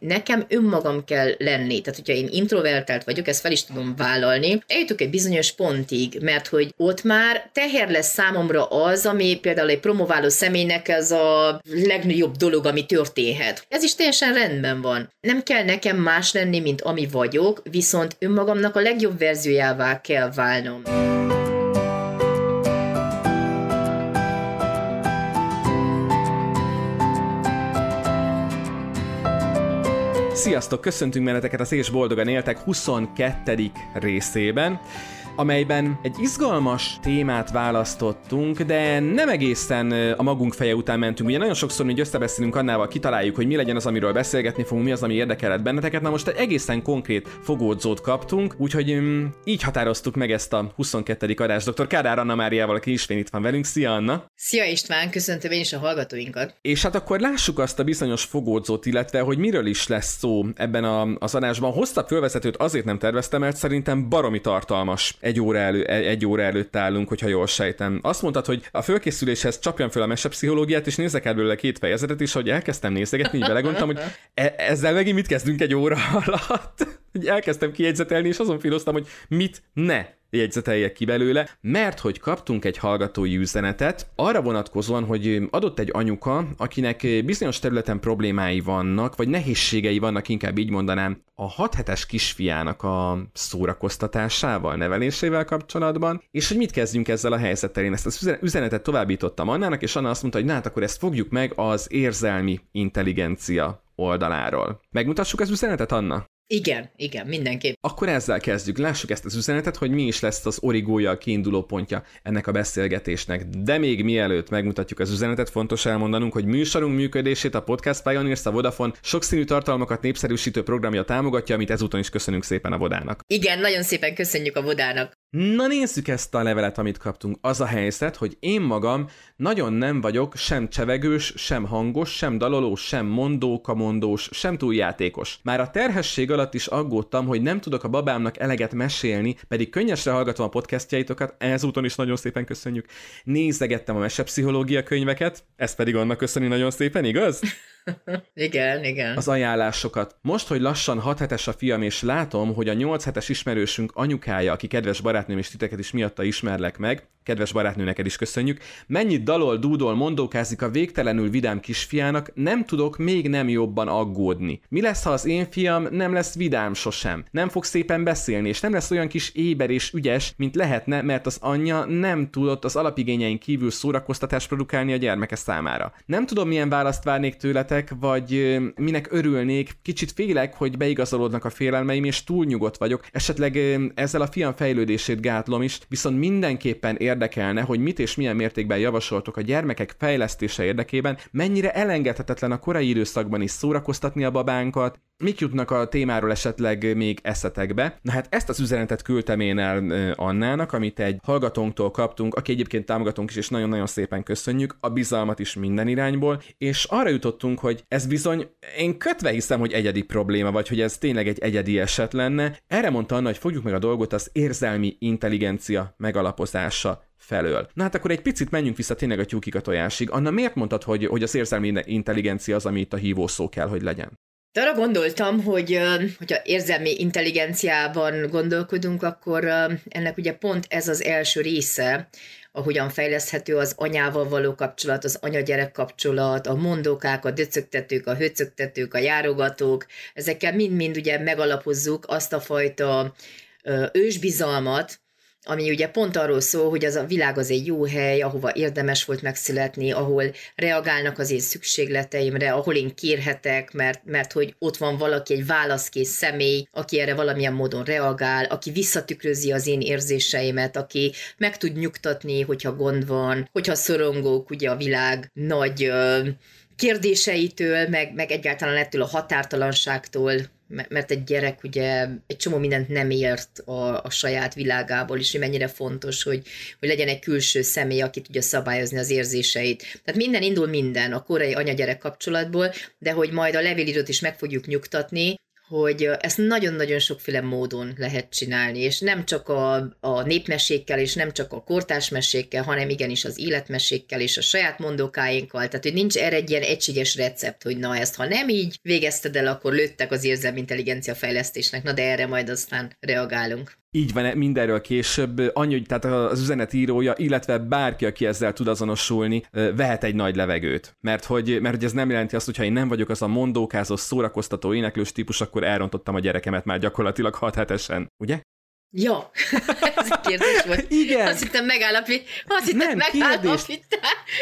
nekem önmagam kell lenni. Tehát, hogyha én introvertált vagyok, ezt fel is tudom vállalni, eljutok egy bizonyos pontig, mert hogy ott már teher lesz számomra az, ami például egy promováló személynek ez a legnagyobb dolog, ami történhet. Ez is teljesen rendben van. Nem kell nekem más lenni, mint ami vagyok, viszont önmagamnak a legjobb verziójává kell válnom. Sziasztok! Köszöntünk benneteket az És Boldogan Éltek 22. részében, amelyben egy izgalmas témát választottunk, de nem egészen a magunk feje után mentünk. Ugye nagyon sokszor mi összebeszélünk Annával, kitaláljuk, hogy mi legyen az, amiről beszélgetni fogunk, mi az, ami érdekelhet benneteket. Na most egy egészen konkrét fogódzót kaptunk, úgyhogy így határoztuk meg ezt a 22. adást. Dr. Kádár Anna Máriával, aki ismét itt van velünk. Szia, Anna! Szia István, köszöntöm én is a hallgatóinkat. És hát akkor lássuk azt a bizonyos fogódzót, illetve hogy miről is lesz szó ebben az adásban. Hosszabb fölvezetőt azért nem terveztem, mert szerintem baromi tartalmas. Egy óra előtt állunk, hogyha jól sejtem. Azt mondtad, hogy a fölkészüléshez csapjam föl a mesepszichológiát, és nézzek el belőle 2 fejezetet is, hogy elkezdtem nézegetni, így belegondoltam, hogy ezzel megint mit kezdünk egy óra alatt. Elkezdtem kijegyzetelni, és azon filoztam, hogy mit ne jegyzeteljek ki belőle, mert hogy kaptunk egy hallgatói üzenetet arra vonatkozóan, hogy adott egy anyuka, akinek bizonyos területen problémái vannak, vagy nehézségei vannak, inkább így mondanám, a 6 hetes kisfiának a szórakoztatásával, nevelésével kapcsolatban, és hogy mit kezdjünk ezzel a helyzettel. Én ezt az üzenetet továbbítottam Annának, és Anna azt mondta, hogy hát akkor ezt fogjuk meg az érzelmi intelligencia oldaláról. Megmutassuk az üzenetet, Anna? Igen, mindenképp. Akkor ezzel kezdjük. Lássuk ezt az üzenetet, hogy mi is lesz az origója, a kiinduló pontja ennek a beszélgetésnek. De még mielőtt megmutatjuk az üzenetet, fontos elmondanunk, hogy műsorunk működését a Podcast Pioneers, a Vodafone sokszínű tartalmakat népszerűsítő programja támogatja, amit ezúton is köszönünk szépen a Vodának. Igen, nagyon szépen köszönjük a Vodának. Na nézzük ezt a levelet, amit kaptunk. Az a helyzet, hogy én magam nagyon nem vagyok sem csevegős, sem hangos, sem dalolós, sem mondókamondós, sem túl játékos. Már a terhesség alatt is aggódtam, hogy nem tudok a babámnak eleget mesélni, pedig könnyesre hallgatom a podcastjaitokat, ezúton is nagyon szépen köszönjük. Nézegettem a mesepszichológia könyveket, ezt pedig annak köszöni nagyon szépen, igaz? Igen. Az ajánlásokat. Most, hogy lassan 6 hetes a fiam, és látom, hogy a 8 hetes ismerősünk anyukája, aki kedves barátnőm, és titeket is miatta ismerlek meg, kedves barátnő, neked is köszönjük, mennyit dalol, dúdol, mondókázik a végtelenül vidám kisfiának, nem tudok még nem jobban aggódni. Mi lesz, ha az én fiam nem lesz vidám sosem? Nem fog szépen beszélni, és nem lesz olyan kis éber és ügyes, mint lehetne, mert az anyja nem tudott az alapigényein kívül szórakoztatást produkálni a gyermeke számára. Nem tudom, milyen választ várnék tőletek, vagy minek örülnék, kicsit félek, hogy beigazolódnak a félelmeim, és túl nyugodt vagyok. Esetleg ezzel a fiam fejlődését gátlom is, viszont mindenképpen érdekelne, hogy mit és milyen mértékben javasoltok a gyermekek fejlesztése érdekében, mennyire elengedhetetlen a korai időszakban is szórakoztatni a babánkat, mik jutnak a témáról esetleg még eszetekbe. Na hát ezt az üzenetet küldtem én el Annának, amit egy hallgatónktól kaptunk, aki egyébként támogatónk is, és nagyon-nagyon szépen köszönjük, a bizalmat is minden irányból, és arra jutottunk, hogy ez bizony, én kötve hiszem, hogy egyedi probléma, vagy hogy ez tényleg egy egyedi eset lenne. Erre mondta Anna, hogy fogjuk meg a dolgot az érzelmi intelligencia megalapozása felől. Na hát akkor egy picit menjünk vissza tényleg a tyúkig a tojásig. Anna, miért mondtad, hogy az érzelmi intelligencia az, ami itt a hívószó kell, hogy legyen? De arra gondoltam, hogyha érzelmi intelligenciában gondolkodunk, akkor ennek ugye pont ez az első része, ahogyan fejleszthető az anyával való kapcsolat, az anya-gyerek kapcsolat, a mondókák, a döcögtetők, a höcögtetők, a járogatók, ezekkel mind-mind ugye megalapozzuk azt a fajta ősbizalmat, ami ugye pont arról szól, hogy az a világ az egy jó hely, ahova érdemes volt megszületni, ahol reagálnak az én szükségleteimre, ahol én kérhetek, mert hogy ott van valaki, egy válaszkész személy, aki erre valamilyen módon reagál, aki visszatükrözi az én érzéseimet, aki meg tud nyugtatni, hogyha gond van, hogyha szorongok ugye a világ nagy kérdéseitől, meg egyáltalán ettől a határtalanságtól, mert egy gyerek ugye egy csomó mindent nem ért a saját világából, és hogy mennyire fontos, hogy legyen egy külső személy, aki tudja szabályozni az érzéseit. Tehát minden indul a korai anya-gyerek kapcsolatból, de hogy majd a levélírót is meg fogjuk nyugtatni, hogy ezt nagyon-nagyon sokféle módon lehet csinálni, és nem csak a népmesékkel, és nem csak a kortárs mesékkel, hanem igenis az életmesékkel, és a saját mondókáinkkal, tehát hogy nincs erre egy ilyen egységes recept, hogy na ezt, ha nem így végezted el, akkor lőttek az érzelmi intelligencia fejlesztésnek, na de erre majd aztán reagálunk. Így van, mindenről később. Annyi, hogy tehát az üzenetírója, illetve bárki, aki ezzel tud azonosulni, vehet egy nagy levegőt. Mert hogy ez nem jelenti azt, hogy ha én nem vagyok az a mondókázó, szórakoztató, éneklős típus, akkor elrontottam a gyerekemet már gyakorlatilag 6 hetesen. Ugye? Ja, ez egy kérdés volt. Igen. Azt hittem megállapíttál.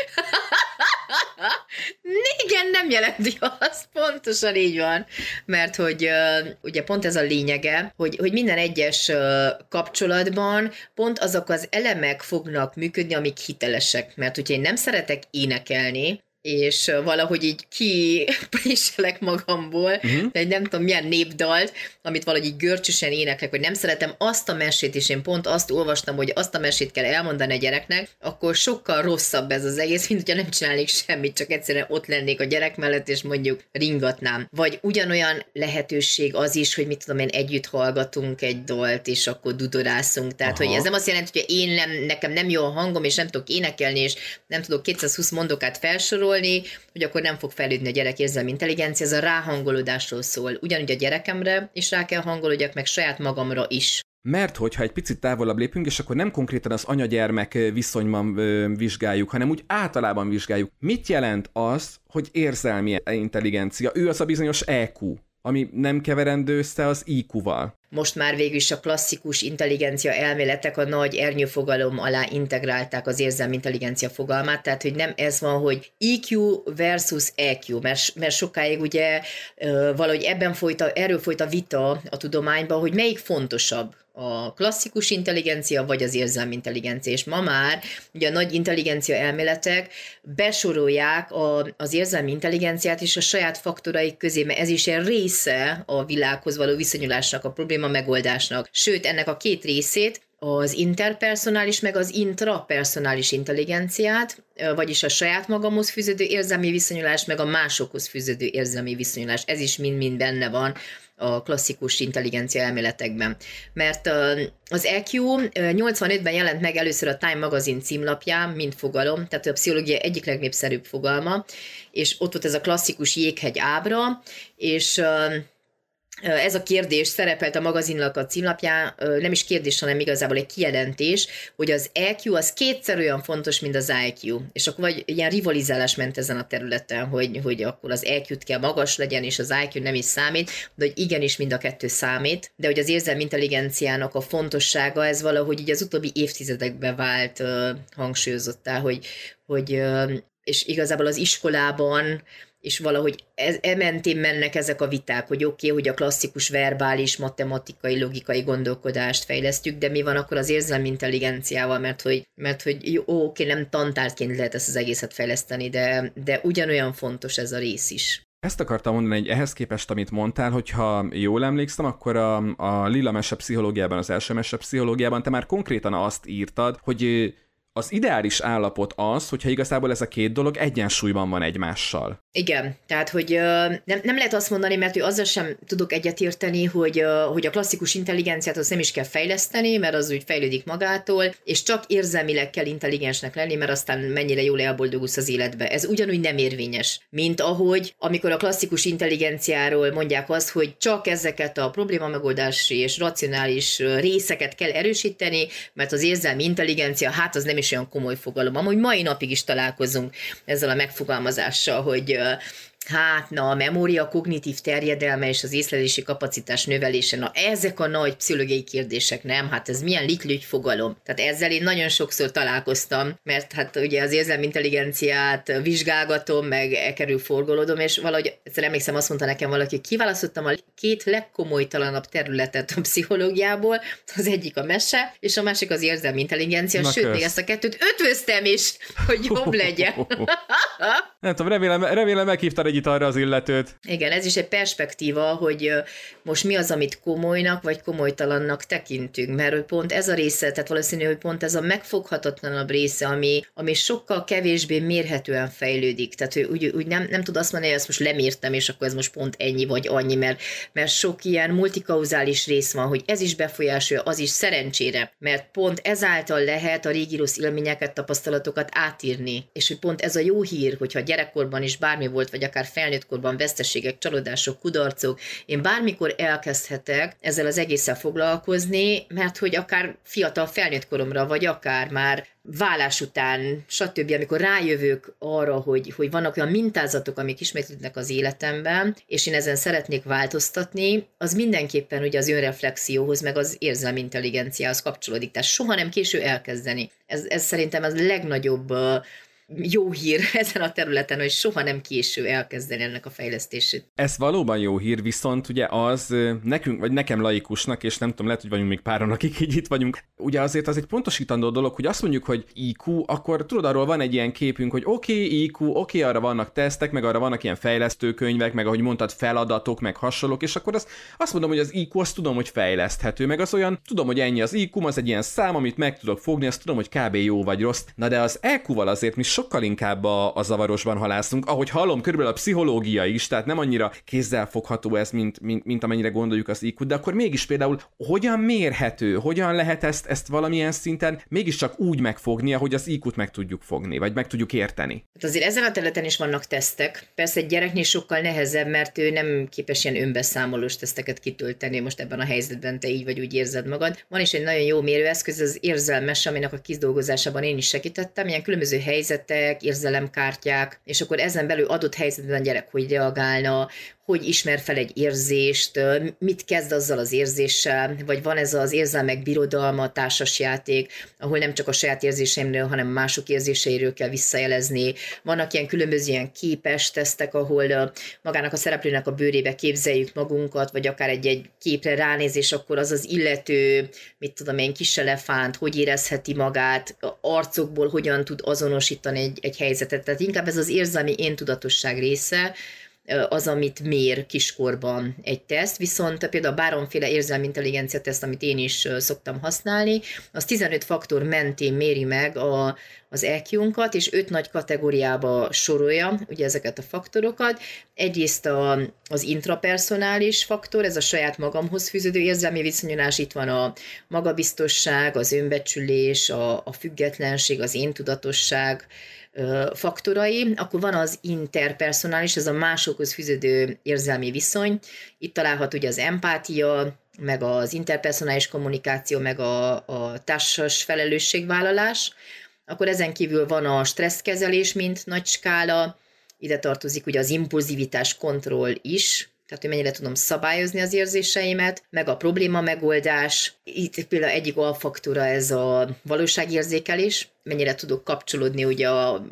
Igen, nem jelenti azt, pontosan így van. Mert hogy ugye pont ez a lényege, hogy minden egyes kapcsolatban pont azok az elemek fognak működni, amik hitelesek. Mert hogyha én nem szeretek énekelni, és valahogy így kipréselek magamból, de egy nem tudom milyen népdalt, amit valahogy így görcsösen éneklek, vagy nem szeretem azt a mesét, és én pont azt olvastam, hogy azt a mesét kell elmondani a gyereknek, akkor sokkal rosszabb ez az egész, mint hogyha nem csinálnék semmit, csak egyszerűen ott lennék a gyerek mellett, és mondjuk ringatnám. Vagy ugyanolyan lehetőség az is, hogy mit tudom én, együtt hallgatunk egy dalt, és akkor dudorászunk. Tehát, hogy ez nem azt jelenti, hogy nekem nem jó a hangom, és nem tudok énekelni, és nem tudok 220 mondókát felsorolni, hogy akkor nem fog fejlődni a gyerek érzelmi intelligencia, ez a ráhangolódásról szól. Ugyanúgy a gyerekemre is rá kell hangolódjak, meg saját magamra is. Mert hogyha egy picit távolabb lépünk, és akkor nem konkrétan az anya-gyermek viszonyban vizsgáljuk, hanem úgy általában vizsgáljuk. Mit jelent az, hogy érzelmi intelligencia? Ő az a bizonyos EQ, ami nem keverendő össze az IQ-val. Most már végül is a klasszikus intelligencia elméletek a nagy ernyőfogalom alá integrálták az érzelmi intelligencia fogalmát, tehát hogy nem ez van, hogy EQ versus EQ, mert sokáig ugye valahogy erről folyt a vita a tudományban, hogy melyik fontosabb, a klasszikus intelligencia vagy az érzelmi intelligencia, és ma már ugye a nagy intelligencia elméletek besorolják az érzelmi intelligenciát is a saját faktoraik közé, mert ez is egy része a világhoz való viszonyulásnak, a probléma megoldásnak. Sőt, ennek a két részét, az interpersonális meg az intrapersonális intelligenciát, vagyis a saját magamhoz fűződő érzelmi viszonyulás, meg a másokhoz fűződő érzelmi viszonyulás. Ez is mind-mind benne van a klasszikus intelligencia elméletekben. Mert az EQ 85-ben jelent meg először a Time magazin címlapján, mint fogalom, tehát a pszichológia egyik legnépszerűbb fogalma, és ott volt ez a klasszikus jéghegy ábra, és ez a kérdés szerepelt a magazinnak a címlapján, nem is kérdés, hanem igazából egy kijelentés, hogy az EQ az kétszer olyan fontos, mint az IQ. És akkor vagy ilyen rivalizálás ment ezen a területen, hogy akkor az EQ-t kell magas legyen, és az IQ nem is számít, de hogy igenis mind a kettő számít, de hogy az érzelmi intelligenciának a fontossága, ez valahogy így az utóbbi évtizedekben vált hangsúlyozottá, hogy és igazából az iskolában és valahogy mentén mennek ezek a viták, hogy oké, hogy a klasszikus verbális, matematikai, logikai gondolkodást fejlesztjük, de mi van akkor az érzelmi intelligenciával, mert hogy jó, oké, nem tantárként lehet ezt az egészet fejleszteni, de ugyanolyan fontos ez a rész is. Ezt akartam mondani, hogy ehhez képest, amit mondtál, hogyha jól emlékszem, akkor a Lila mese pszichológiában, az első mese pszichológiában te már konkrétan azt írtad, hogy az ideális állapot az, hogyha igazából ez a két dolog egyensúlyban van egymással. Igen, tehát hogy nem lehet azt mondani, mert azzal sem tudok egyetérteni, hogy a klasszikus intelligenciát az nem is kell fejleszteni, mert az úgy fejlődik magától, és csak érzelmileg kell intelligensnek lenni, mert aztán mennyire jól elboldogulsz az életbe. Ez ugyanúgy nem érvényes, mint ahogy amikor a klasszikus intelligenciáról mondják azt, hogy csak ezeket a problémamegoldási és racionális részeket kell erősíteni, mert az érzelmi intelligencia, hát az nem is olyan komoly fogalom. Amúgy mai napig is találkozunk ezzel a megfogalmazással, hogy a memória, kognitív terjedelme és az észlelési kapacitás növelése, na ezek a nagy pszichológiai kérdések, nem? Hát ez milyen liklügy fogalom. Tehát ezzel én nagyon sokszor találkoztam, mert hát ugye az érzelmi intelligenciát vizsgálgatom, meg kerül forgolódom, és valahogy egyszer emlékszem, azt mondta nekem valaki, hogy kiválasztottam a két legkomolytalanabb területet a pszichológiából, az egyik a mese, és a másik az érzelmi intelligencia, sőt, még ezt a kettőt ötvöztem is, hogy jobb legyen. Nem tudom, remélem meghívtad egy itt arra az illetőt. Igen, ez is egy perspektíva, hogy most mi az, amit komolynak vagy komolytalannak tekintünk, mert hogy pont ez a része, tehát valószínű, hogy pont ez a megfoghatatlanabb része, ami sokkal kevésbé mérhetően fejlődik. Tehát hogy úgy nem tud azt mondani, hogy ezt most lemértem, és akkor ez most pont ennyi vagy annyi, mert sok ilyen multikauzális rész van, hogy ez is befolyásolja, az is szerencsére, mert pont ezáltal lehet a régi rossz élményeket, tapasztalatokat átírni. És hogy pont ez a jó hír, hogyha gyerekkorban is bármi volt, vagy akár felnőttkorban veszteségek, csalódások, kudarcok, én bármikor elkezdhetek ezzel az egésszel foglalkozni, mert hogy akár fiatal felnőtt koromra, vagy akár már válás után, stb., amikor rájövök arra, hogy vannak olyan mintázatok, amik ismétlődnek az életemben, és én ezen szeretnék változtatni, az mindenképpen ugye az önreflexióhoz, meg az érzelmi intelligenciához kapcsolódik. Tehát soha nem késő elkezdeni. Ez szerintem az legnagyobb jó hír ezen a területen, hogy soha nem késő elkezdeni ennek a fejlesztését. Ez valóban jó hír, viszont ugye az nekünk, vagy nekem laikusnak, és nem tudom, lehet, hogy vagyunk még páran, akik így itt vagyunk, ugye azért az egy pontosítandó dolog, hogy azt mondjuk, hogy IQ, akkor tudod, arról van egy ilyen képünk, hogy oké, IQ, oké, arra vannak tesztek, meg arra vannak ilyen fejlesztőkönyvek, meg ahogy mondtad, feladatok, meg hasonlók, és akkor azt mondom, hogy az IQ, azt tudom, hogy fejleszthető, meg az olyan, tudom, hogy ennyi az IQ, az egy ilyen szám, amit meg tudok fogni, azt tudom, hogy kb. Jó vagy rossz. Na de az EQ-val azért mi sokkal inkább a zavarosban halászunk, ahogy hallom, körülbelül a pszichológia is, tehát nem annyira kézzelfogható ez, mint amennyire gondoljuk az IQ-t, de akkor mégis például hogyan mérhető, hogyan lehet ezt valamilyen szinten mégiscsak úgy megfogni, ahogy az IQ-t meg tudjuk fogni, vagy meg tudjuk érteni. Hát azért ezen a területen is vannak tesztek. Persze egy gyereknél sokkal nehezebb, mert ő nem képes ilyen önbeszámolós teszteket kitölteni, most ebben a helyzetben te így vagy úgy érzed magad. Van is egy nagyon jó mérőeszköz, az érzelmes, aminek a kidolgozásában én is segítettem, ilyen különböző helyzetek, érzelemkártyák, és akkor ezen belül adott helyzetben a gyerek hogy reagálna, hogy ismer fel egy érzést, mit kezd azzal az érzéssel, vagy van ez az érzelmek birodalma, társasjáték, ahol nem csak a saját érzéseimről, hanem mások érzéseiről kell visszajelezni. Vannak ilyen különböző ilyen képes tesztek, ahol magának a szereplőnek a bőrébe képzeljük magunkat, vagy akár egy képre ránézés, akkor az az illető, mit tudom én, kis elefánt, hogy érezheti magát, arcokból hogyan tud azonosítani egy helyzetet. Tehát inkább ez az érzelmi éntudatosság része, az, amit mér kiskorban egy teszt, viszont például a Baron-féle érzelmi intelligencia teszt, amit én is szoktam használni, az 15 faktor mentén méri meg az EQ-nkat, és 5 nagy kategóriába sorolja ugye ezeket a faktorokat. Egyrészt az intrapersonális faktor, ez a saját magamhoz fűződő érzelmi viszonyulás, itt van a magabiztosság, az önbecsülés, a függetlenség, az éntudatosság faktorai, akkor van az interpersonális, ez a másokhoz fűződő érzelmi viszony. Itt található ugye az empátia, meg az interpersonális kommunikáció, meg a társas felelősségvállalás. Akkor ezen kívül van a stresszkezelés, mint nagy skála, ide tartozik ugye az impulzivitás kontroll is, tehát hogy mennyire tudom szabályozni az érzéseimet, meg a probléma megoldás. Itt például egyik alfaktora ez a valóságérzékelés, mennyire tudok kapcsolódni ugye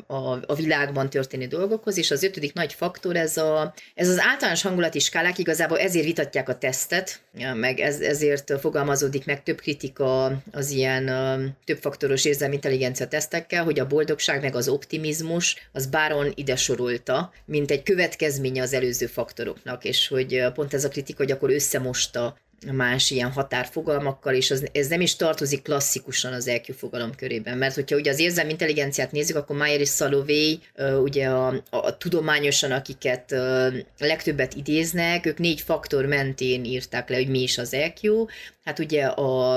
a világban történő dolgokhoz, és az 5. nagy faktor, ez az általános hangulati skálák, igazából ezért vitatják a tesztet, meg ezért fogalmazódik meg több kritika az ilyen többfaktoros érzelmi intelligencia tesztekkel, hogy a boldogság meg az optimizmus, az Baron ide sorolta, mint egy következménye az előző faktoroknak, és hogy pont ez a kritika, hogy akkor összemosta más ilyen határfogalmakkal, és ez nem is tartozik klasszikusan az EQ fogalom körében, mert hogyha ugye az érzelmi intelligenciát nézzük, akkor Meyer és Salovey, ugye a tudományosan, akiket legtöbbet idéznek, ők 4 faktor mentén írták le, hogy mi is az EQ. Hát ugye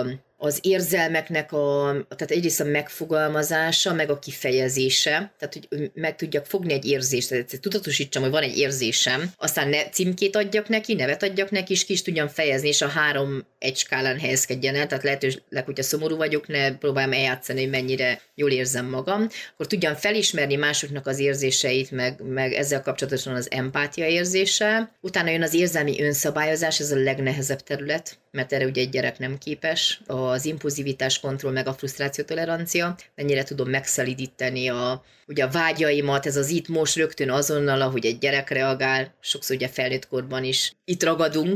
az érzelmeknek tehát egyrészt a megfogalmazása, meg a kifejezése, tehát hogy meg tudjak fogni egy érzést, tehát tudatosítsam, hogy van egy érzésem, aztán címkét adjak neki, nevet adjak neki, és ki is tudjam fejezni, és a 3 egy skálán helyezkedjen el, tehát lehetőleg, hogyha szomorú vagyok, ne próbáljam eljátszani, hogy mennyire jól érzem magam, akkor tudjam felismerni másoknak az érzéseit, meg ezzel kapcsolatosan az empátia érzése. Utána jön az érzelmi önszabályozás, ez a legnehezebb terület, mert erre ugye egy gyerek nem képes, az impulzivitás kontroll, meg a frusztráció tolerancia, mennyire tudom megszelídíteni ugye a vágyaimat, ez az itt most rögtön azonnal, ahogy egy gyerek reagál, sokszor ugye felnőtt korban is itt ragadunk,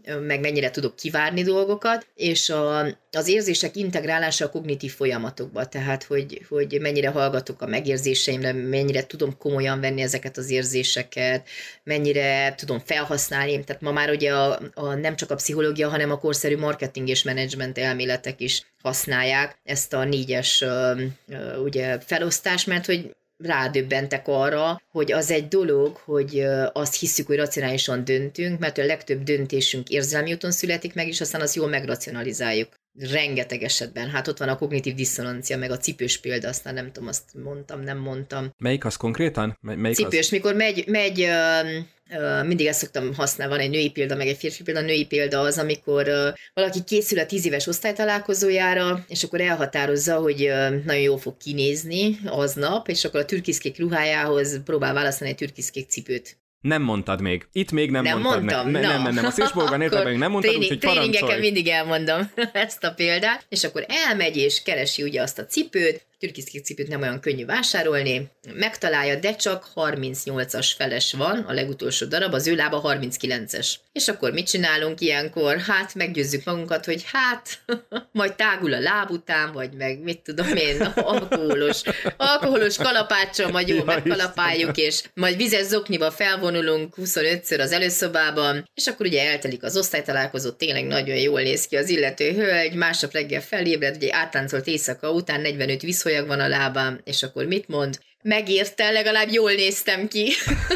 meg mennyire tudok kivárni dolgokat, és az érzések integrálása a kognitív folyamatokba, tehát hogy mennyire hallgatok a megérzéseimre, mennyire tudom komolyan venni ezeket az érzéseket, mennyire tudom felhasználni, tehát ma már ugye nem csak a pszichológia, hanem a korszerű marketing és menedzsment elméletek is használják ezt a 4-es ugye felosztást, mert hogy rádöbbentek arra, hogy az egy dolog, hogy azt hiszük, hogy racionálisan döntünk, mert a legtöbb döntésünk érzelmi úton születik meg, és aztán azt jól megracionalizáljuk. Rengeteg esetben. Hát ott van a kognitív disszonancia, meg a cipős példa, aztán nem tudom, azt mondtam, nem mondtam. Melyik az konkrétan? Melyik cipős, az? mikor megy mindig ezt szoktam használni, van egy női példa, meg egy férfi példa. A női példa az, amikor valaki készül a 10 éves osztálytalálkozójára, és akkor elhatározza, hogy nagyon jól fog kinézni aznap, és akkor a türkiszkék ruhájához próbál választani egy türkiszkék cipőt. Nem mondtad még. Itt még nem mondtad. Mondtam, nem. A szélsborban érted meg, nem mondtad, úgyhogy parancsolj. Tréningeken mindig elmondom ezt a példát, és akkor elmegy és keresi ugye azt a cipőt, türkiszkék cipőt nem olyan könnyű vásárolni, megtalálja, de csak 38-as feles van, a legutolsó darab, az ő lába 39-es. És akkor mit csinálunk ilyenkor? Hát meggyőzzük magunkat, hogy majd tágul a láb után, vagy meg mit tudom én, alkoholos kalapáccsal, majd jól megkalapáljuk, és majd vizes zokniba felvonulunk 25-ször az előszobában, és akkor ugye eltelik az osztálytalálkozó, tényleg nagyon jól néz ki az illető hölgy, másnap reggel felébred, ugye áttáncolt éjszaka után 45 vízholyag van a lábám, és akkor mit mond? Megérte, legalább jól néztem ki.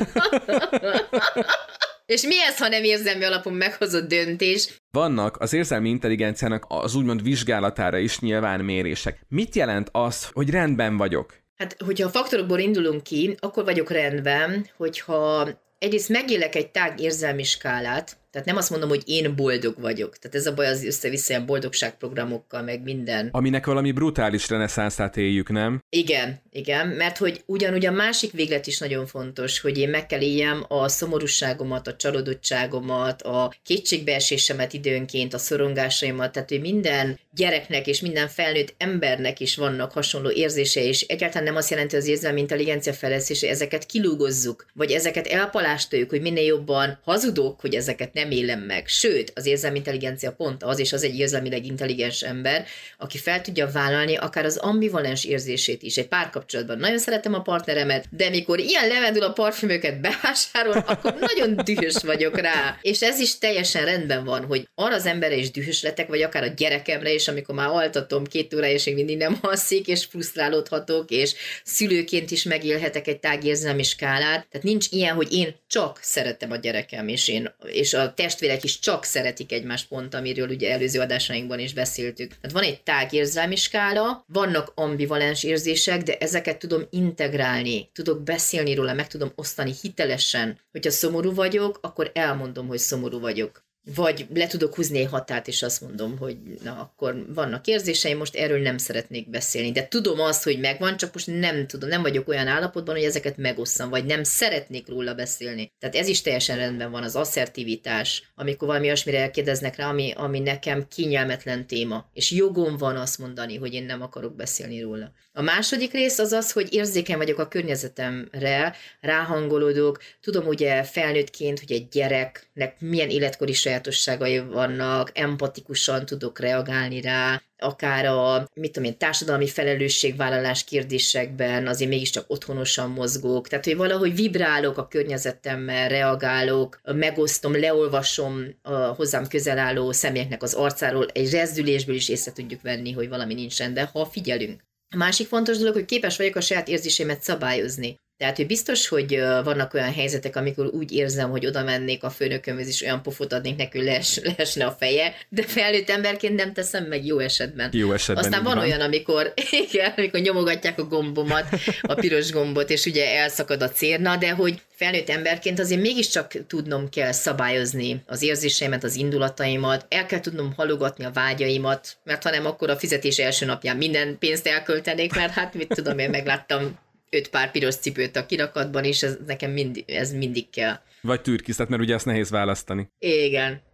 És mi ez, ha nem érzelmi alapon meghozott döntés? Vannak az érzelmi intelligenciának az úgymond vizsgálatára is nyilván mérések. Mit jelent az, hogy rendben vagyok? Hát, hogyha a faktorokból indulunk ki, akkor vagyok rendben, hogyha egyrészt megélek egy tág érzelmi skálát, tehát nem azt mondom, hogy én boldog vagyok. Tehát ez a baj az össze-vissza ilyen boldogságprogramokkal, meg minden. Aminek valami brutális reneszánszát éljük, nem? Igen, mert hogy ugyanúgy a másik véglet is nagyon fontos, hogy én meg kell éljem a szomorúságomat, a csalódottságomat, a kétségbeesésemet időnként, a szorongásaimat, tehát hogy minden gyereknek és minden felnőtt embernek is vannak hasonló érzései, és egyáltalán nem azt jelenti az érzelmi intelligencia fejlesztése, ezeket kilúgozzuk, vagy ezeket elpalástoljuk, hogy minél jobban hazudok, hogy ezeket nem élem meg. Sőt, az érzelmi intelligencia pont az, és az egy érzelmileg intelligens ember, aki fel tudja vállalni akár az ambivalens érzését is. Egy párkapcsolatban nagyon szeretem a partneremet, de mikor ilyen levendula parfümöket bevásárol, akkor nagyon dühös vagyok rá. És ez is teljesen rendben van, hogy arra az emberre is dühös lettek, vagy akár a gyerekemre is, amikor már altatom 2 órája, és még mindig nem alszik, és frusztrálódhatok, és szülőként is megélhetek egy tágérzelmi skálát. Tehát nincs ilyen, hogy én csak szeretem a gyerekem, és a testvérek is csak szeretik egymást, pont, amiről ugye előző adásainkban is beszéltük. Tehát van egy tágérzelmi skála, vannak ambivalens érzések, de ezeket tudom integrálni, tudok beszélni róla, meg tudom osztani hitelesen. Hogyha szomorú vagyok, akkor elmondom, hogy szomorú vagyok. Vagy le tudok húzni egy határt, és azt mondom, hogy na, akkor vannak érzéseim, most erről nem szeretnék beszélni. De tudom azt, hogy megvan, csak most nem tudom, nem vagyok olyan állapotban, hogy ezeket megosszam, vagy nem szeretnék róla beszélni. Tehát ez is teljesen rendben van, az asszertivitás, amikor valami olyasmire elkérdeznek rá, ami nekem kényelmetlen téma. És jogom van azt mondani, hogy én nem akarok beszélni róla. A második rész az az, hogy érzékeny vagyok a környezetemre, ráhangolódok, tudom ugye felnőttként, hogy egy gyereknek milyen életkori sajátosságai vannak, empatikusan tudok reagálni rá, akár a társadalmi felelősségvállalás kérdésekben azért mégiscsak otthonosan mozgok, tehát hogy valahogy vibrálok a környezetemmel, reagálok, megosztom, leolvasom a hozzám közel álló személyeknek az arcáról, egy rezdülésből is észre tudjuk venni, hogy valami nincs rendben, ha figyelünk. A másik fontos dolog, hogy képes vagyok a saját érzéseimet szabályozni. Tehát, hogy biztos, hogy vannak olyan helyzetek, amikor úgy érzem, hogy oda mennék a főnökömhöz, és olyan pofot adnék neki, hogy leesne a feje, de felnőtt emberként nem teszem meg jó esetben. Aztán van olyan, amikor nyomogatják a gombomat, a piros gombot, és ugye elszakad a cérna, de hogy felnőtt emberként azért mégiscsak tudnom kell szabályozni az érzéseimet, az indulataimat, el kell tudnom halogatni a vágyaimat, mert ha nem, akkor a fizetés első napján minden pénzt elköltenék, mert hát mit tudom, én megláttam 5 pár piros cipőt a kirakatban, és ez nekem mindig kell. Vagy türkisztet, mert ugye ezt nehéz választani. Igen.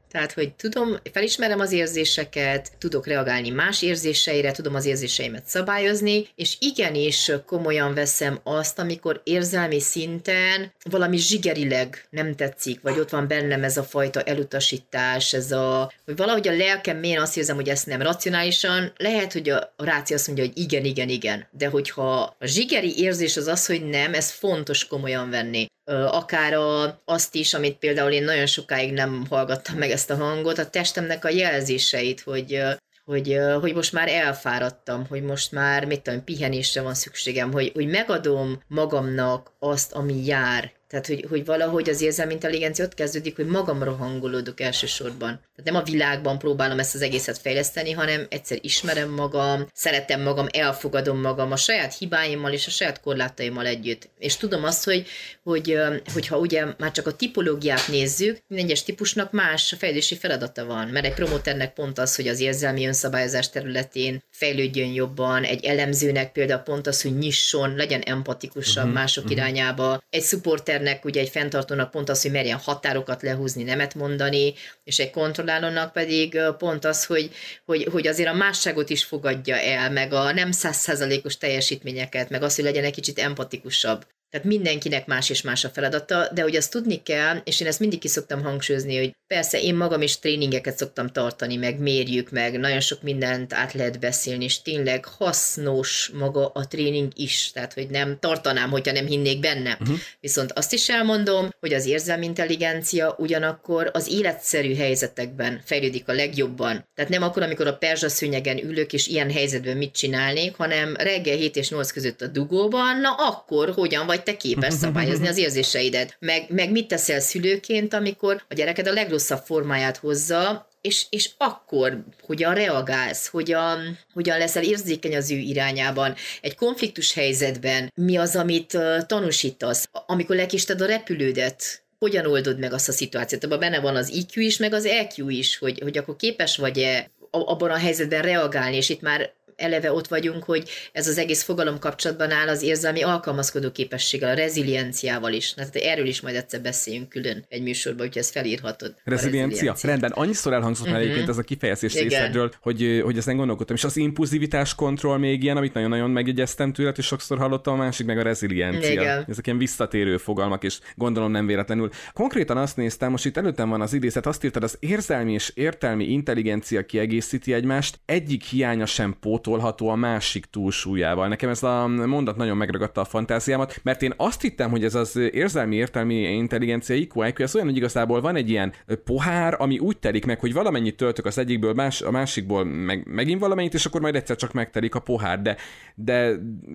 Tehát, hogy tudom, felismerem az érzéseket, tudok reagálni más érzéseire, tudom az érzéseimet szabályozni, és igenis komolyan veszem azt, amikor érzelmi szinten valami zsigerileg nem tetszik, vagy ott van bennem ez a fajta elutasítás, hogy valahogy a lelkem én azt érzem, hogy ezt nem racionálisan, lehet, hogy a ráció azt mondja, hogy igen, de hogyha a zsigeri érzés az, hogy nem, ez fontos komolyan venni. Akár azt is, amit például én nagyon sokáig nem hallgattam meg ezt a hangot, a testemnek a jelzéseit, hogy most már elfáradtam, hogy most már, pihenésre van szükségem, hogy megadom magamnak azt, ami jár. Tehát, hogy valahogy az érzelmi intelligencia ott kezdődik, hogy magamra hangolódok elsősorban. Tehát nem a világban próbálom ezt az egészet fejleszteni, hanem egyszer ismerem magam, szeretem magam, elfogadom magam a saját hibáimmal és a saját korlátaimmal együtt. És tudom azt, hogyha ugye már csak a tipológiát nézzük, minden egyes típusnak más fejlődési feladata van. Mert egy promóternek pont az, hogy az érzelmi önszabályozás területén fejlődjön jobban, egy elemzőnek például pont az, hogy nyisson, legyen empatikusabb mások irányába, egy supporter ugye egy fenntartónak pont az, hogy merjen határokat lehúzni, nemet mondani, és egy kontrollálónak pedig pont az, hogy azért a másságot is fogadja el, meg a nem 100%-os teljesítményeket, meg az, hogy legyen egy kicsit empatikusabb. Tehát mindenkinek más és más a feladata, de hogy azt tudni kell, és én ezt mindig ki szoktam hangsúlyozni, hogy persze én magam is tréningeket szoktam tartani, meg mérjük, meg nagyon sok mindent át lehet beszélni, és tényleg hasznos maga a tréning is, tehát hogy nem tartanám, hogyha nem hinnék benne. Viszont azt is elmondom, hogy az érzelmi intelligencia ugyanakkor az életszerű helyzetekben fejlődik a legjobban. Tehát nem akkor, amikor a perzsaszőnyegen ülök, és ilyen helyzetben mit csinálnék, hanem reggel 7 és 8 között a dugóban, na akkor hogyan vagy te képes szabályozni az érzéseidet. Meg mit teszel szülőként, amikor a gyereked a legrosszabb formáját hozza, és akkor hogyan reagálsz, hogyan leszel érzékeny az ő irányában. Egy konfliktus helyzetben mi az, amit tanúsítasz, amikor lekésted a repülődet, hogyan oldod meg azt a szituációt. Abban benne van az IQ is, meg az EQ is, hogy akkor képes vagy-e abban a helyzetben reagálni, és itt már eleve ott vagyunk, hogy ez az egész fogalom kapcsolatban áll az érzelmi alkalmazkodó képességgel, a rezilienciával is. Tehát erről is majd egyszer beszéljünk külön egy műsorban, úgyhogy ezt felírhatod. Reziliencia? Rendben. Annyiszor elhangzott már egyébként ez a kifejezés részedről, hogy ezen gondolkodtam. És az impulzivitás kontroll még ilyen, amit nagyon-nagyon megjegyeztem tőled, és sokszor hallottam, a másik meg a reziliencia. Igen. Ezek ilyen visszatérő fogalmak, és gondolom nem véletlenül. Konkrétan azt néztem, most itt előttem van az idézet, azt írtad, az érzelmi és értelmi intelligencia kiegészíti egymást, egyik hiánya sem pótolható a másik túlsúlyával. Nekem ez a mondat nagyon megragadta a fantáziámat, mert én azt hittem, hogy ez az érzelmi értelmi intelligencia IQ, ez olyan, hogy igazából van egy ilyen pohár, ami úgy telik meg, hogy valamennyit töltök az egyikből, a másikból megint valamennyit, és akkor majd egyszer csak megtelik a pohár, de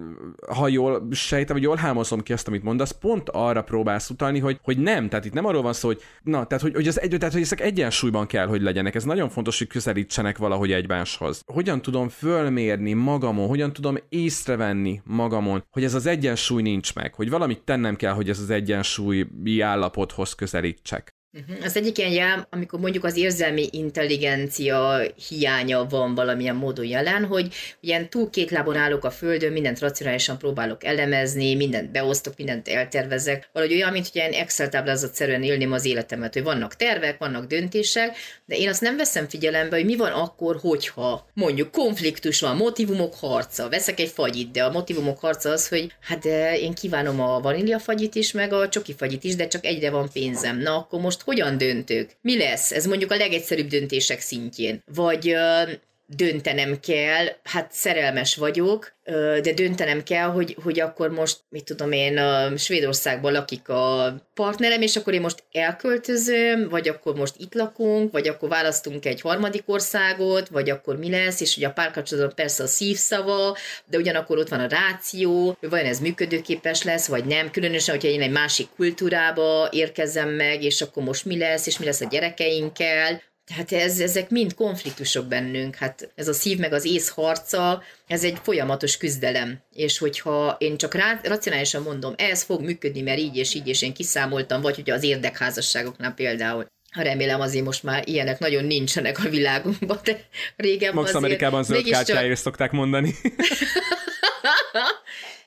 ha jól sejtem, vagy jól hámozom ki azt, amit mondasz, pont arra próbálsz utalni, hogy nem, tehát itt nem arról van szó, hogy ezek egyensúlyban kell, hogy legyenek. Ez nagyon fontos, hogy közelítsenek valahogy egymáshoz. Hogyan tudom fölmérni magamon, hogyan tudom észrevenni magamon, hogy ez az egyensúly nincs meg, hogy valamit tennem kell, hogy ez az egyensúlyi állapothoz közelítsek. Az egyik ilyen jel, amikor mondjuk az érzelmi intelligencia hiánya van valamilyen módon jelen, hogy ilyen túl két lábon állok a földön, mindent racionálisan próbálok elemezni, mindent beosztok, mindent eltervezek. Valahogy olyan, mint hogy ilyen Excel táblázatszerűen élném az életemet, hogy vannak tervek, vannak döntések, de én azt nem veszem figyelembe, hogy mi van akkor, hogyha mondjuk konfliktus van, motívumok harca, veszek egy fagyit, de a motívumok harca az, hogy hát én kívánom a vaníliafagyit is, meg a csokifagyit is, de csak egyre van pénzem. Na akkor most hogyan döntök? Mi lesz? Ez mondjuk a legegyszerűbb döntések szintjén. Vagy döntenem kell, hát szerelmes vagyok, de döntenem kell, hogy akkor most, mit tudom én, Svédországban lakik a partnerem, és akkor én most elköltözöm, vagy akkor most itt lakunk, vagy akkor választunk egy harmadik országot, vagy akkor mi lesz, és ugye a párkapcsolatban persze a szívszava, de ugyanakkor ott van a ráció, hogy vajon ez működőképes lesz, vagy nem, különösen, hogyha én egy másik kultúrába érkezem meg, és akkor most mi lesz, és mi lesz a gyerekeinkkel. Tehát ezek mind konfliktusok bennünk, hát ez a szív meg az ész harca, ez egy folyamatos küzdelem, és hogyha én csak racionálisan mondom, ez fog működni, mert így és én kiszámoltam, vagy ugye az érdekházasságoknál például. Remélem azért most már ilyenek nagyon nincsenek a világunkban, de régen Max azért... Amerikában zöld kártyáért szokták mondani.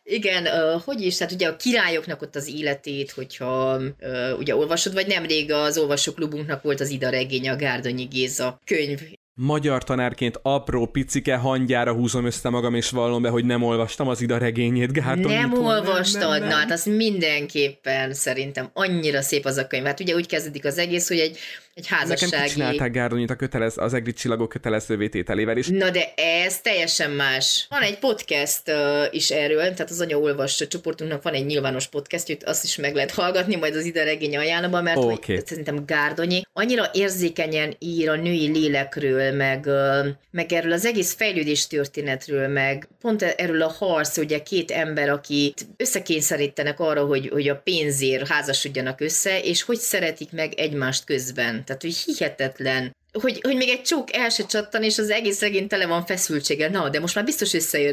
Igen, hogy is, hát ugye a királyoknak ott az életét, hogyha ugye olvasod, vagy nemrég az olvasóklubunknak volt az Ida regény, a Gárdonyi Géza könyv. Magyar tanárként apró picike hangyára húzom össze magam, és vallom be, hogy nem olvastam az Ida regényét Gárdonyitól. Nem olvastad, na hát az mindenképpen szerintem annyira szép az a könyv. Hát ugye úgy kezdődik az egész, hogy egy házassági... Nekem csinálták Gárdonyit az Egri csillagok kötelező tételével is. Na de ez teljesen más. Van egy podcast is erről, tehát az Anya Olvas csoportunknak van egy nyilvános podcastjük, azt is meg lehet hallgatni, majd az Ida regény ajánlóban, mert hogy szerintem Gárdonyi annyira érzékenyen ír a női lélekről, meg erről az egész fejlődés történetről, meg pont erről a harc, ugye két ember, akit összekényszerítenek arra, hogy a pénzért házasodjanak össze, és hogy szeretik meg egymást közben. Tehát, hogy hihetetlen. Hogy még egy csók el se csattan, és az egész regény tele van feszültséggel. Na, de most már biztos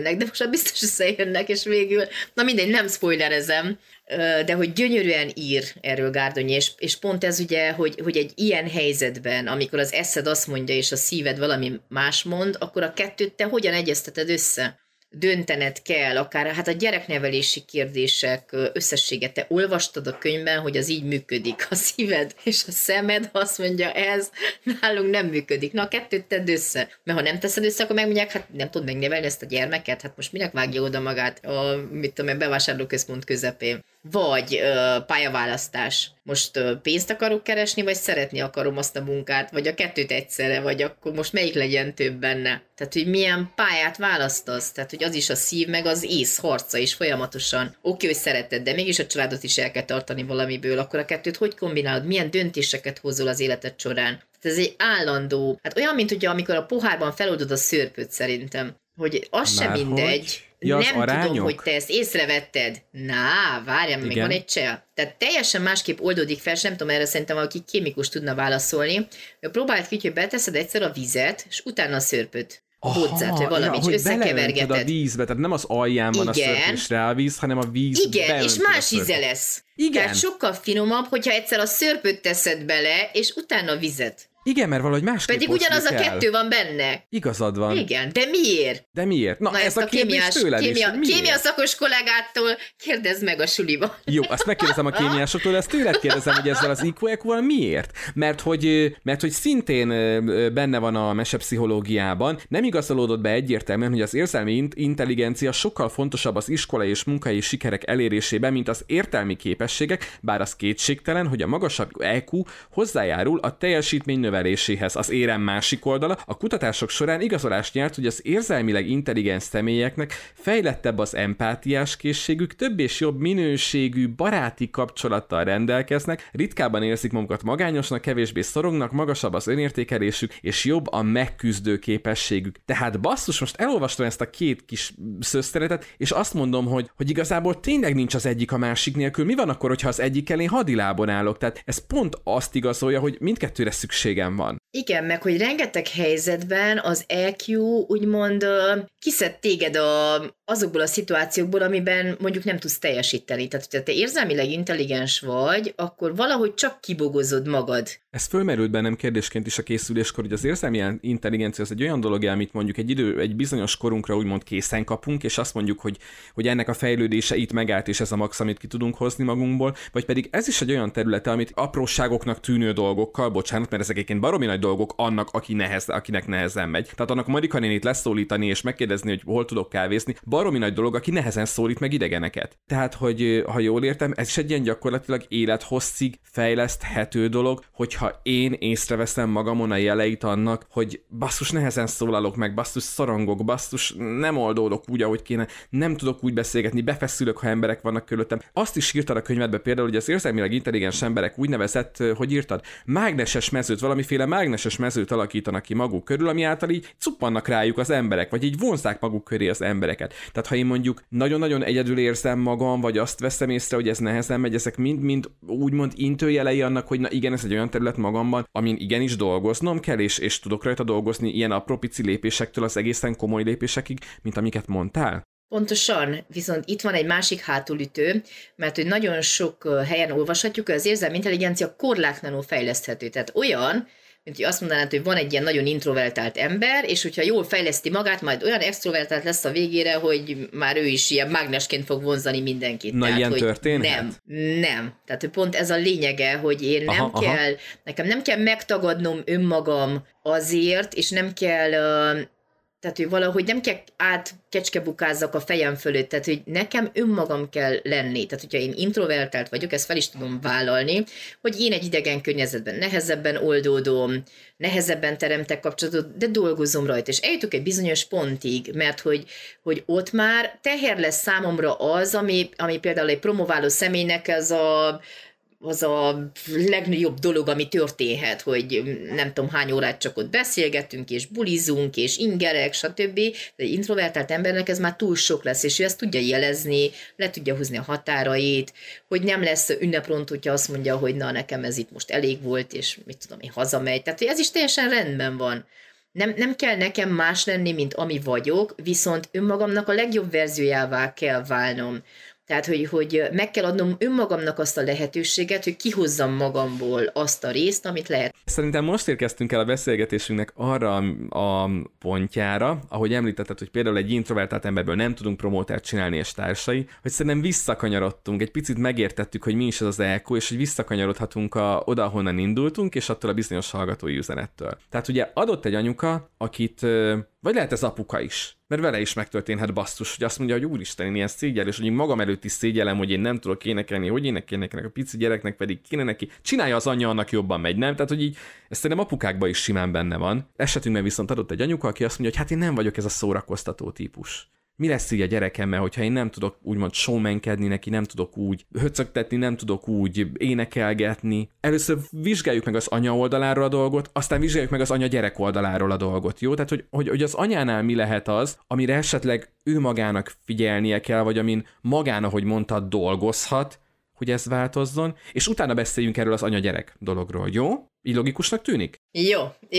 összejönnek, és végül, na mindegy, nem spoilerezem, de hogy gyönyörűen ír erről Gárdonyi, és pont ez ugye, hogy egy ilyen helyzetben, amikor az eszed azt mondja, és a szíved valami más mond, akkor a kettőt te hogyan egyezteted össze? Döntened kell, akár hát a gyereknevelési kérdések összessége. Te olvastad a könyvben, hogy az így működik. A szíved és a szemed azt mondja, ez nálunk nem működik. Na, a kettőt tedd össze. Mert ha nem teszed össze, akkor megmondják, hát nem tud megnevelni ezt a gyermeket, hát most minek vágja oda magát a bevásárlóközpont közepén. Vagy pályaválasztás. Most pénzt akarok keresni, vagy szeretni akarom azt a munkát, vagy a kettőt egyszerre, vagy akkor most melyik legyen több benne. Tehát, hogy milyen pályát választasz. Tehát, hogy az is a szív, meg az ész harca is folyamatosan. Oké, hogy szereted, de mégis a családot is el kell tartani valamiből. Akkor a kettőt hogy kombinálod? Milyen döntéseket hozol az életed során? Tehát ez egy állandó, hát olyan, mint ugye amikor a pohárban feloldod a szőrpöt szerintem. Hogy az sem mindegy. Ja, nem arányok? tudom, hogy te ezt észrevetted. Na, várjam, még van egy cseh. Tehát teljesen másképp oldódik fel, és nem tudom, erre szerintem valaki kémikus tudna válaszolni. Próbáld ki, hogy beteszed egyszer a vizet, és utána a szőrpöt. A hozzát, vagy valamit, és összekevergeted. A vízbe, tehát nem az alján van a szőrp és rá a víz, hanem a víz. Igen, és más íze lesz. Igen. Tehát sokkal finomabb, hogyha egyszer a szőrpöt teszed bele, és utána a vizet. Igen, mert valahogy másképp pedig ugyanaz a kettő van benne. Igazad van. Igen, de miért? Na ezt a kémia szakos kollégától kérdezd meg a suliba. Jó, azt megkérdezem a kémiásoktól, de ezt tőled kérdezem, hogy ezzel az IQ-EQ-val miért? Mert hogy szintén benne van a mesepszichológiában, nem igazolódott be egyértelműen, hogy az érzelmi intelligencia sokkal fontosabb az iskolai és munkai sikerek elérésében, mint az értelmi képességek, bár az kétségtelen, hogy a magasabb EQ hozzájárul a teljesítmény növeléséhez. Az érem másik oldala, a kutatások során igazolást nyert, hogy az érzelmileg intelligens személyeknek fejlettebb az empátiás készségük, több és jobb minőségű baráti kapcsolattal rendelkeznek, ritkábban érzik magukat magányosnak, kevésbé szorongnak, magasabb az önértékelésük, és jobb a megküzdő képességük. Tehát basszus, most elolvastam ezt a két kis szöszteretet, és azt mondom, hogy igazából tényleg nincs az egyik a másik nélkül. Mi van akkor, hogyha az egyikkel én hadilábon állok? Tehát ez pont azt igazolja, hogy mindkettőre szükségem van. Igen, meg hogy rengeteg helyzetben az EQ úgymond kiszed téged azokból a szituációkból, amiben mondjuk nem tudsz teljesíteni. Tehát, hogyha te érzelmileg intelligens vagy, akkor valahogy csak kibogozod magad. Ez fölmerült bennem kérdésként is a készüléskor, hogy az érzelmi intelligencia az egy olyan dolog, amit mondjuk egy bizonyos korunkra úgymond készen kapunk, és azt mondjuk, hogy ennek a fejlődése itt megállt, és ez a max, amit ki tudunk hozni magunkból, vagy pedig ez is egy olyan területe, amit apróságoknak tűnő dolgokkal, bocsánat, mert ezek egyébként baromi nagy dolgok annak, akinek nehezen megy. Tehát annak Marika nénit leszólítani és megkérdezni, hogy hol tudok kávézni, baromi nagy dolog, aki nehezen szólít meg idegeneket. Tehát, hogy ha jól értem, ez is egy ilyen gyakorlatilag élethosszig fejleszthető dolog, hogyha én észreveszem magamon a jeleit annak, hogy basszus nehezen szólalok meg, basszus szorongok, basszus nem oldódok úgy, ahogy kéne, nem tudok úgy beszélgetni, befeszülök, ha emberek vannak körülöttem. Azt is írtad a könyvedbe például, hogy az érzelmileg intelligens emberek úgynevezett, hogy írtad, mágneses mezőt, valamiféle mágneses mezőt alakítanak ki maguk körül, ami által így cuppannak rájuk az emberek, vagy így vonzzák maguk köré az embereket. Tehát ha én mondjuk nagyon-nagyon egyedül érzem magam, vagy azt veszem észre, hogy ez nehezen megy, ezek mind úgymond intőjelei annak, hogy na igen, ez egy olyan terület magamban, amin igenis dolgoznom kell, és tudok rajta dolgozni ilyen apró pici lépésektől az egészen komoly lépésekig, mint amiket mondtál? Pontosan, viszont itt van egy másik hátulütő, mert hogy nagyon sok helyen olvashatjuk, hogy az érzelmi intelligencia korlátlanul fejleszthető. Tehát olyan, mint hogy azt mondanád, hogy van egy ilyen nagyon introvertált ember, és hogyha jól fejleszti magát, majd olyan extrovertált lesz a végére, hogy már ő is ilyen mágnesként fog vonzani mindenkit. Na, tehát, ilyen hogy történhet? Nem. Tehát hogy pont ez a lényege, hogy én nekem nem kell megtagadnom önmagam azért, és nem kell... Tehát, hogy valahogy nem kell átkecskebukázzak a fejem fölött, tehát, hogy nekem önmagam kell lenni. Tehát, hogyha én introvertált vagyok, ezt fel is tudom vállalni, hogy én egy idegen környezetben nehezebben oldódom, nehezebben teremtek kapcsolatot, de dolgozom rajta. És eljutok egy bizonyos pontig, mert hogy ott már teher lesz számomra az, ami például egy promováló személynek az a legnagyobb dolog, ami történhet, hogy nem tudom hány órát csak ott beszélgetünk, és bulizunk, és ingerek, stb. De egy introvertált embernek ez már túl sok lesz, és ő ezt tudja jelezni, le tudja húzni a határait, hogy nem lesz ünnepront, hogyha azt mondja, hogy na, nekem ez itt most elég volt, és mit tudom én, hazamegy. Tehát ez is teljesen rendben van. Nem kell nekem más lenni, mint ami vagyok, viszont önmagamnak a legjobb verziójává kell válnom. Tehát, hogy meg kell adnom önmagamnak azt a lehetőséget, hogy kihozzam magamból azt a részt, amit lehet. Szerintem most érkeztünk el a beszélgetésünknek arra a pontjára, ahogy említetted, hogy például egy introvertált emberből nem tudunk promótert csinálni és társai, hogy szerintem visszakanyarodtunk, egy picit megértettük, hogy mi is az EQ, és hogy visszakanyarodhatunk oda, ahonnan indultunk, és attól a bizonyos hallgatói üzenettől. Tehát ugye adott egy anyuka, akit, vagy lehet ez apuka is, mert vele is megtörténhet basszus, hogy azt mondja, hogy úristen, én ilyen szégyel, és hogy én magam előtt is szégyellem, hogy én nem tudok énekelni, hogy énekelnek a pici gyereknek, pedig kéne neki, csinálja az anyja, annak jobban megy, nem? Tehát, hogy így, ez szerintem apukákban is simán benne van. Esetünkben viszont adott egy anyuka, aki azt mondja, hogy hát én nem vagyok ez a szórakoztató típus. Mi lesz így a gyerekemmel, hogyha én nem tudok úgymond showmankedni neki, nem tudok úgy höcögtetni, nem tudok úgy énekelgetni. Először vizsgáljuk meg az anya oldaláról a dolgot, aztán vizsgáljuk meg az anya gyerek oldaláról a dolgot, jó? Tehát, hogy az anyánál mi lehet az, amire esetleg ő magának figyelnie kell, vagy amin magán, ahogy mondtad, dolgozhat, hogy ez változzon, és utána beszéljünk erről az anya-gyerek dologról, jó? Így logikusnak tűnik? Jó,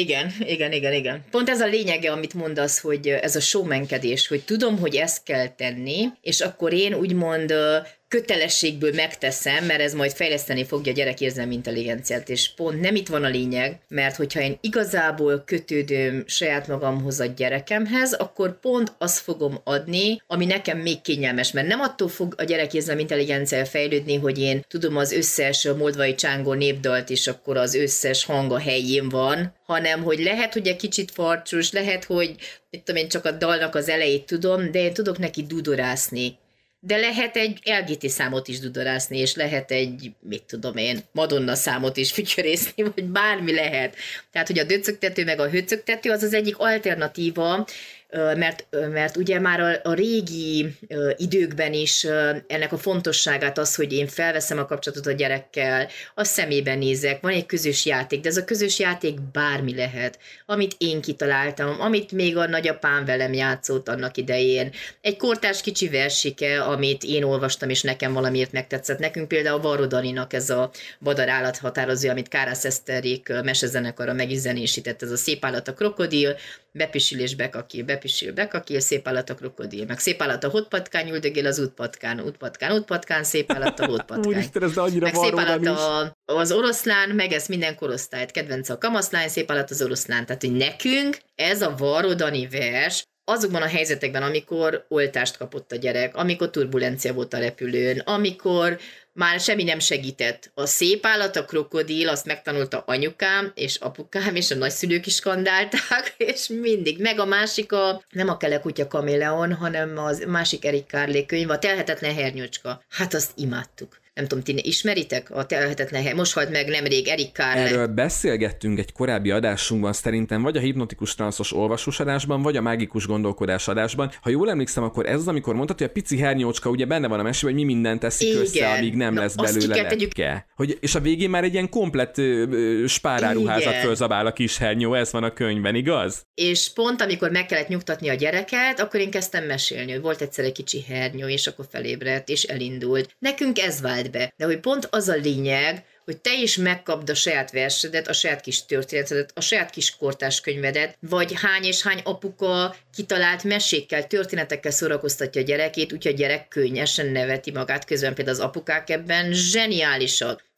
igen. Pont ez a lényege, amit mondasz, hogy ez a showmankedés, hogy tudom, hogy ezt kell tenni, és akkor én úgymond kötelességből megteszem, mert ez majd fejleszteni fogja a gyerek érzelmi intelligenciát, és pont nem itt van a lényeg, mert hogyha én igazából kötődöm saját magamhoz a gyerekemhez, akkor pont azt fogom adni, ami nekem még kényelmes, mert nem attól fog a gyerek érzelmi intelligencia fejlődni, hogy én tudom az összes moldvai csángó népdalt, és akkor az összes hang a helyén van, hanem hogy lehet, hogy egy kicsit farcsos, lehet, hogy mit tudom én, csak a dalnak az elejét tudom, de én tudok neki dudorászni. De lehet egy LGT számot is dudorászni, és lehet egy, mit tudom én, Madonna számot is fütyörészni, vagy bármi lehet. Tehát, hogy a döcögtető meg a höcögtető az az egyik alternatíva, mert ugye már a régi időkben is ennek a fontosságát az, hogy én felveszem a kapcsolatot a gyerekkel, a szemébe nézek, van egy közös játék, de ez a közös játék bármi lehet, amit én kitaláltam, amit még a nagyapám velem játszott annak idején. Egy kortárs kicsi versike, amit én olvastam, és nekem valamiért megtetszett. Nekünk például Varró Daninak ez a Badar állathatározó, amit Kárász Eszterék mesezenekara meg is zenésített, ez a Szép állat a krokodil, bepisil és bekakil, szép állat a krokodil, meg szép állat a hódpatkány, üldögél az útpatkán, szép állat a hódpatkány. Úristen, ez de annyira meg szép állat az oroszlán, meg ez minden korosztályt, kedvence a kamaszlány, szép állat az oroszlán. Tehát, hogy nekünk ez a Varró Dani vers, azokban a helyzetekben, amikor oltást kapott a gyerek, amikor turbulencia volt a repülőn, amikor már semmi nem segített. A szép állat, a krokodil, azt megtanulta anyukám és apukám, és a nagyszülők is skandálták, és mindig. Meg a másik nem a Kele kutya kaméleon, hanem az másik Erik Carlé könyv, a Telhetetlen hernyócska. Hát azt imádtuk. Nem tudom, ti ismeritek a Telhetetlen hernyócska? Most halt meg nemrég Erik Carlé. Erről beszélgettünk egy korábbi adásunkban, szerintem vagy a hipnotikus transzos olvasós adásban, vagy a mágikus gondolkodás adásban. Ha jól emlékszem, akkor ez az, amikor mondtad, hogy a pici hernyócska ugye benne van a mesében, hogy mi mindent teszik össze, amíg nem lesz belőle lepke. És a végén már egy ilyen komplett spáráruházat fölzabál a kis hernyó, ez van a könyvben, igaz? És pont amikor meg kellett nyugtatni a gyereket, akkor én kezdtem mesélni, hogy volt egyszer egy kicsi hernyó, és akkor felébredt, és elindult. Nekünk ez vált be. De hogy pont az a lényeg, hogy te is megkapd a saját versedet, a saját kis történetedet, a saját kis kortárs könyvedet, vagy hány és hány apuka kitalált mesékkel, történetekkel szórakoztatja a gyerekét, úgyhogy a gyerek könnyesen neveti magát, közben például az apukák ebben zseniálisak.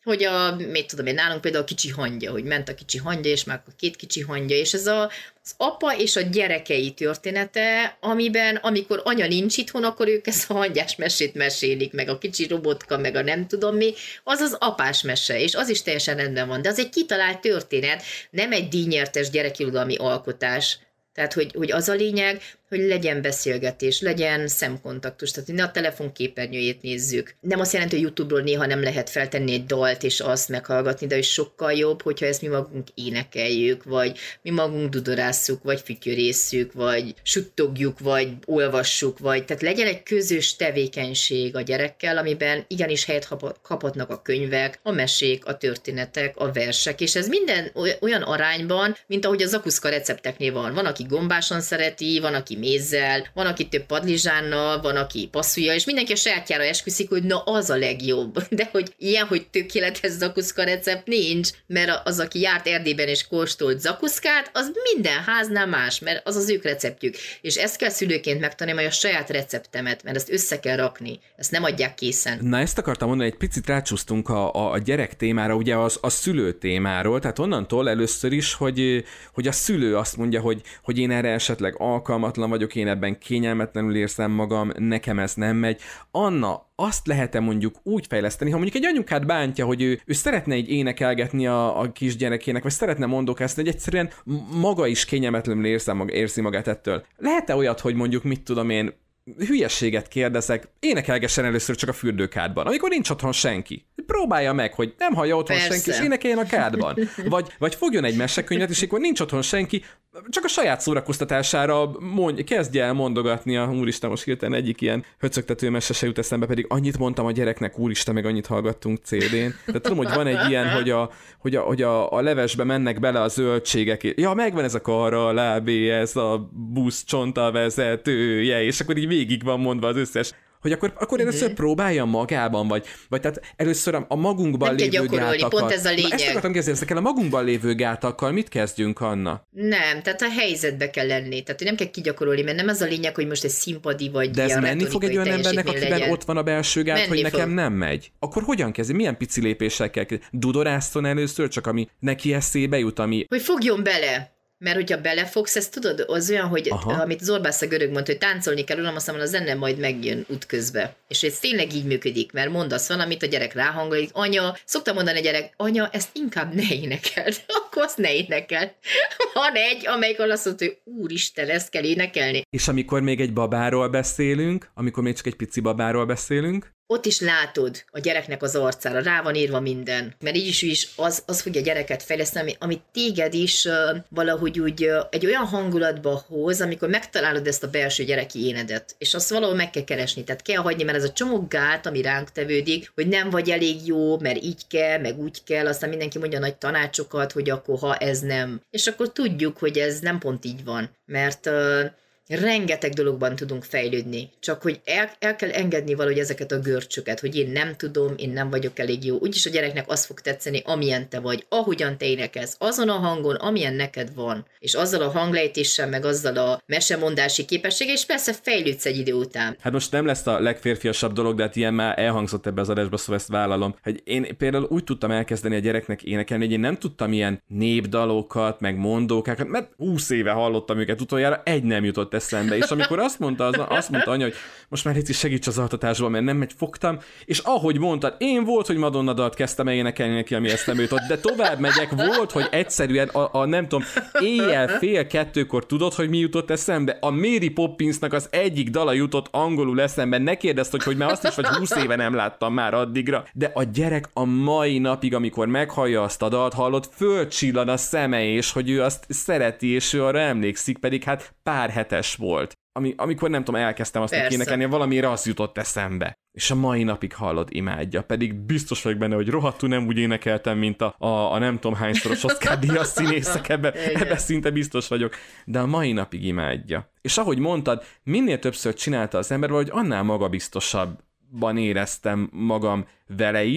hogy mit tudom én, nálunk például a kicsi hangya, hogy ment a kicsi hangya, és már a két kicsi hangya, és ez az apa és a gyerekei története, amiben, amikor anya nincs itthon, akkor ők ezt a hangyás mesét mesélik, meg a kicsi robotka, meg a nem tudom mi, az az apás mese, és az is teljesen rendben van, de az egy kitalált történet, nem egy díjnyertes gyerekirodalmi alkotás. Tehát, hogy az a lényeg, hogy legyen beszélgetés, legyen szemkontaktus, tehát ne a telefonképernyőjét nézzük. Nem azt jelenti, hogy YouTube-ról néha nem lehet feltenni egy dalt és azt meghallgatni, de hogy sokkal jobb, hogyha ezt mi magunk énekeljük, vagy mi magunk dudorásszuk, vagy fütyörésszük, vagy suttogjuk, vagy olvassuk, vagy tehát legyen egy közös tevékenység a gyerekkel, amiben igenis helyet kaphatnak a könyvek, a mesék, a történetek, a versek, és ez minden olyan arányban, mint ahogy a zakuszka recepteknél van. Van, aki gombáson szereti, van, aki mézzel, van, aki több padlizsánnal, van, aki passzúja, és mindenki a sajátjára esküszik, hogy na az a legjobb. De hogy ilyen, hogy tökéletes zakuszka recept nincs, mert az, aki járt Erdélyben és kóstolt zakuszkát, az minden háznál más, mert az az ők receptjük. És ezt kell szülőként megtanulni, hogy a saját receptemet, mert ezt össze kell rakni. Ezt nem adják készen. Na, ezt akartam mondani, egy picit rácsúsztunk a gyerek témára, ugye a szülő témáról, tehát onnantól először is, hogy a szülő azt mondja, hogy én erre esetleg alkalmatlan vagyok, én ebben kényelmetlenül érzem magam, nekem ez nem megy. Anna, azt lehet-e mondjuk úgy fejleszteni, ha mondjuk egy anyukát bántja, hogy ő szeretne így énekelgetni a kisgyerekének, vagy szeretne mondókázni, hogy egyszerűen maga is kényelmetlenül érzi magát ettől. Lehet-e olyat, hogy mondjuk mit tudom én, hülyességet kérdezek, énekelgessen először csak a fürdőkádban, amikor nincs otthon senki. Próbálja meg, hogy nem hallja otthon senki, és énekeljen a kádban. Vagy fogjon egy mesekönyvet, és akkor nincs otthon senki, csak a saját szórakoztatására kezdje el mondogatni úristen, most hirtelen egyik ilyen höcögtető mese se jut eszembe, pedig annyit mondtam a gyereknek, úristen, meg annyit hallgattunk CD-n. Tehát tudom, hogy van egy ilyen, hogy a levesbe mennek bele a zöldségek. Ja, megvan ez a karra, a lábé, ez a busz csonta vezetője, és akkor így végig van mondva az összes, hogy akkor először próbálja magában, vagy tehát először a magunkban nem lévő gátakkal. Pont ez a lényeg. Na, ezt akartam kezdeni, ezekkel a magunkban lévő gátakkal mit kezdjünk, Anna? Nem, tehát a helyzetbe kell lenni. Tehát nem kell kigyakorolni, mert nem az a lényeg, hogy most egy színpadi vagy de ez menni fog egy olyan embernek, akiben legyen. Ott van a belső gát, menni hogy nekem nem megy. Akkor hogyan kezdi? Milyen pici lépésekkel kezdi? Dudorászton először, csak ami neki eszébe jut, ami... Hogy fogjon bele! Mert hogyha belefogsz, ezt tudod, az olyan, hogy amit Zorbász a görög mondta, hogy táncolni kell, uram, aztán a zene majd megjön útközbe. És ez tényleg így működik, mert mondasz valamit, a gyerek ráhangolik, anya, szoktam mondani a gyerek, anya, ezt inkább ne énekeld, akkor azt ne énekeld. Van egy, amelyik azt mondta, hogy úristen, ezt kell énekelni. És amikor még egy babáról beszélünk, amikor még csak egy pici babáról beszélünk, ott is látod a gyereknek az arcára, rá van írva minden. Mert így is az fogja a gyereket fejleszteni, ami téged is valahogy úgy egy olyan hangulatba hoz, amikor megtalálod ezt a belső gyereki énedet. És azt valahol meg kell keresni. Tehát kell hagyni, mert ez a csomó gát, ami ránk tevődik, hogy nem vagy elég jó, mert így kell, meg úgy kell, aztán mindenki mondja nagy tanácsokat, hogy akkor ha ez nem. És akkor tudjuk, hogy ez nem pont így van. Mert... rengeteg dologban tudunk fejlődni, csak hogy el kell engedni valahogy ezeket a görcsöket, hogy én nem tudom, én nem vagyok elég jó. Úgyis a gyereknek az fog tetszeni, amilyen te vagy, ahogyan te énekelsz, azon a hangon, amilyen neked van, és azzal a hanglejtéssel, meg azzal a mesemondási képességgel, és persze fejlődsz egy idő után. Hát most nem lesz a legférfiasabb dolog, de hát ilyen már elhangzott ebbe az adásba, szóval ezt vállalom. Hogy én például úgy tudtam elkezdeni a gyereknek énekelni, hogy én nem tudtam ilyen népdalokat, meg mondókákat, mert 20 éve hallottam őket utoljára, egy nem jutott eszembe, és amikor azt mondta anya, hogy most már légy segíts az altatásban, mert nem megy, fogtam, és ahogy mondtad, én volt, hogy Madonna dalt kezdtem el énekelni neki, ami eszembe jutott, de tovább megyek, volt, hogy egyszerűen nem tudom, éjjel 1:30 tudod, hogy mi jutott eszembe? A Mary Poppinsnak az egyik dala jutott angolul eszembe, ne kérdezd, hogy már azt is vagy 20 éve nem láttam már addigra, de a gyerek a mai napig, amikor meghallja azt a dalt, hallott, fölcsillan a szeme, és hogy ő azt szereti, és ő arra emlékszik, pedig hát pár hetes volt. Amikor nem tudom, elkezdtem azt énekelni, valamiért az jutott eszembe. És a mai napig hallod, imádja. Pedig biztos vagyok benne, hogy rohadtul nem úgy énekeltem, mint a nem tudom hányszoros Oscar-díjas színészek, ebbe szinte biztos vagyok. De a mai napig imádja. És ahogy mondtad, minél többször csinálta az ember, valahogy annál magabiztosabban éreztem magam vele is,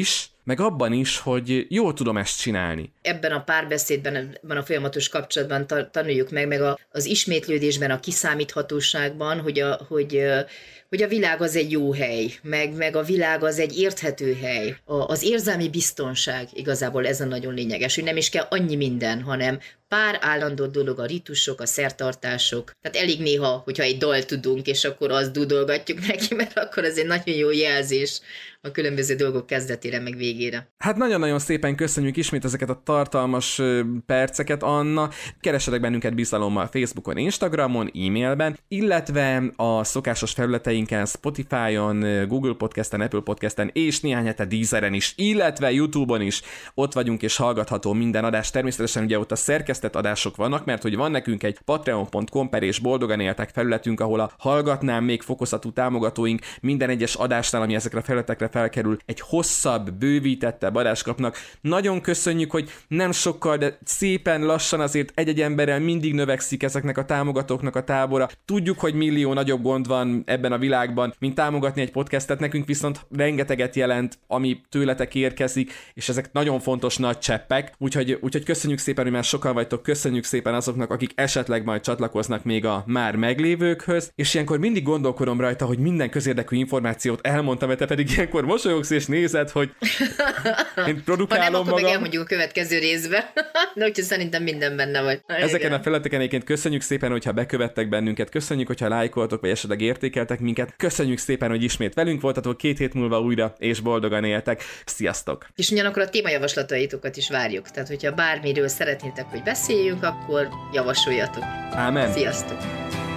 meg abban is, hogy jól tudom ezt csinálni. Ebben a párbeszédben, ebben a folyamatos kapcsolatban tanuljuk meg az ismétlődésben, a kiszámíthatóságban, hogy a világ az egy jó hely, meg a világ az egy érthető hely. Az érzelmi biztonság igazából ez a nagyon lényeges, hogy nem is kell annyi minden, hanem pár állandó dolog, a ritusok, a szertartások. Tehát elég néha, hogyha egy dalt tudunk, és akkor azt dudolgatjuk neki, mert akkor ez egy nagyon jó jelzés a különböző dolgok kezdetére, meg végére. Hát nagyon-nagyon szépen köszönjük ismét ezeket a tartalmas perceket, Anna. Keressetek bennünket bizalommal Facebookon, Instagramon, e-mailben, illetve a szokásos felületeinken, Spotify-on, Google Podcasten, Apple Podcasten és néhány hete Deezeren is, illetve YouTube-on is ott vagyunk és hallgatható minden adás. Természetesen ugye ott a szerkesztett adások vannak, mert hogy van nekünk egy patreon.com/per és boldogan éltek felületünk, ahol a hallgatnám még fokozatú támogatóink minden egyes adásnál, ami ezekre a felületekre felkerül, egy hosszabb, bővítettebb adást kapnak. Nagyon köszönjük, hogy nem sokkal, de szépen lassan azért egy-egy emberrel mindig növekszik ezeknek a támogatóknak a tábora. Tudjuk, hogy millió nagyobb gond van ebben a világban, mint támogatni egy podcastet, nekünk viszont rengeteget jelent, ami tőletek érkezik, és ezek nagyon fontos nagy cseppek, úgyhogy köszönjük szépen, hogy már sokan vagytok, köszönjük szépen azoknak, akik esetleg majd csatlakoznak még a már meglévőkhöz, és ilyenkor mindig gondolkodom rajta, hogy minden közérdekű információt elmondtam, te pedig ilyenkor mosolyogsz és nézed, hogy én produkálom magam. Ha nem, akkor meg elmondjuk a következő részbe. De úgyhogy szerintem minden benne vagy. Ezeken a felületeken egyébként köszönjük szépen, hogyha bekövettek bennünket, köszönjük, hogyha lájkoltok, vagy esetleg értékeltek minket, köszönjük szépen, hogy ismét velünk voltatok, 2 hét múlva újra, és boldogan éltek. Sziasztok! És ugyanakkor a témajavaslataitokat is várjuk, tehát hogyha bármiről szeretnétek, hogy beszéljünk, akkor javasoljatok. Ámen! Sziasztok!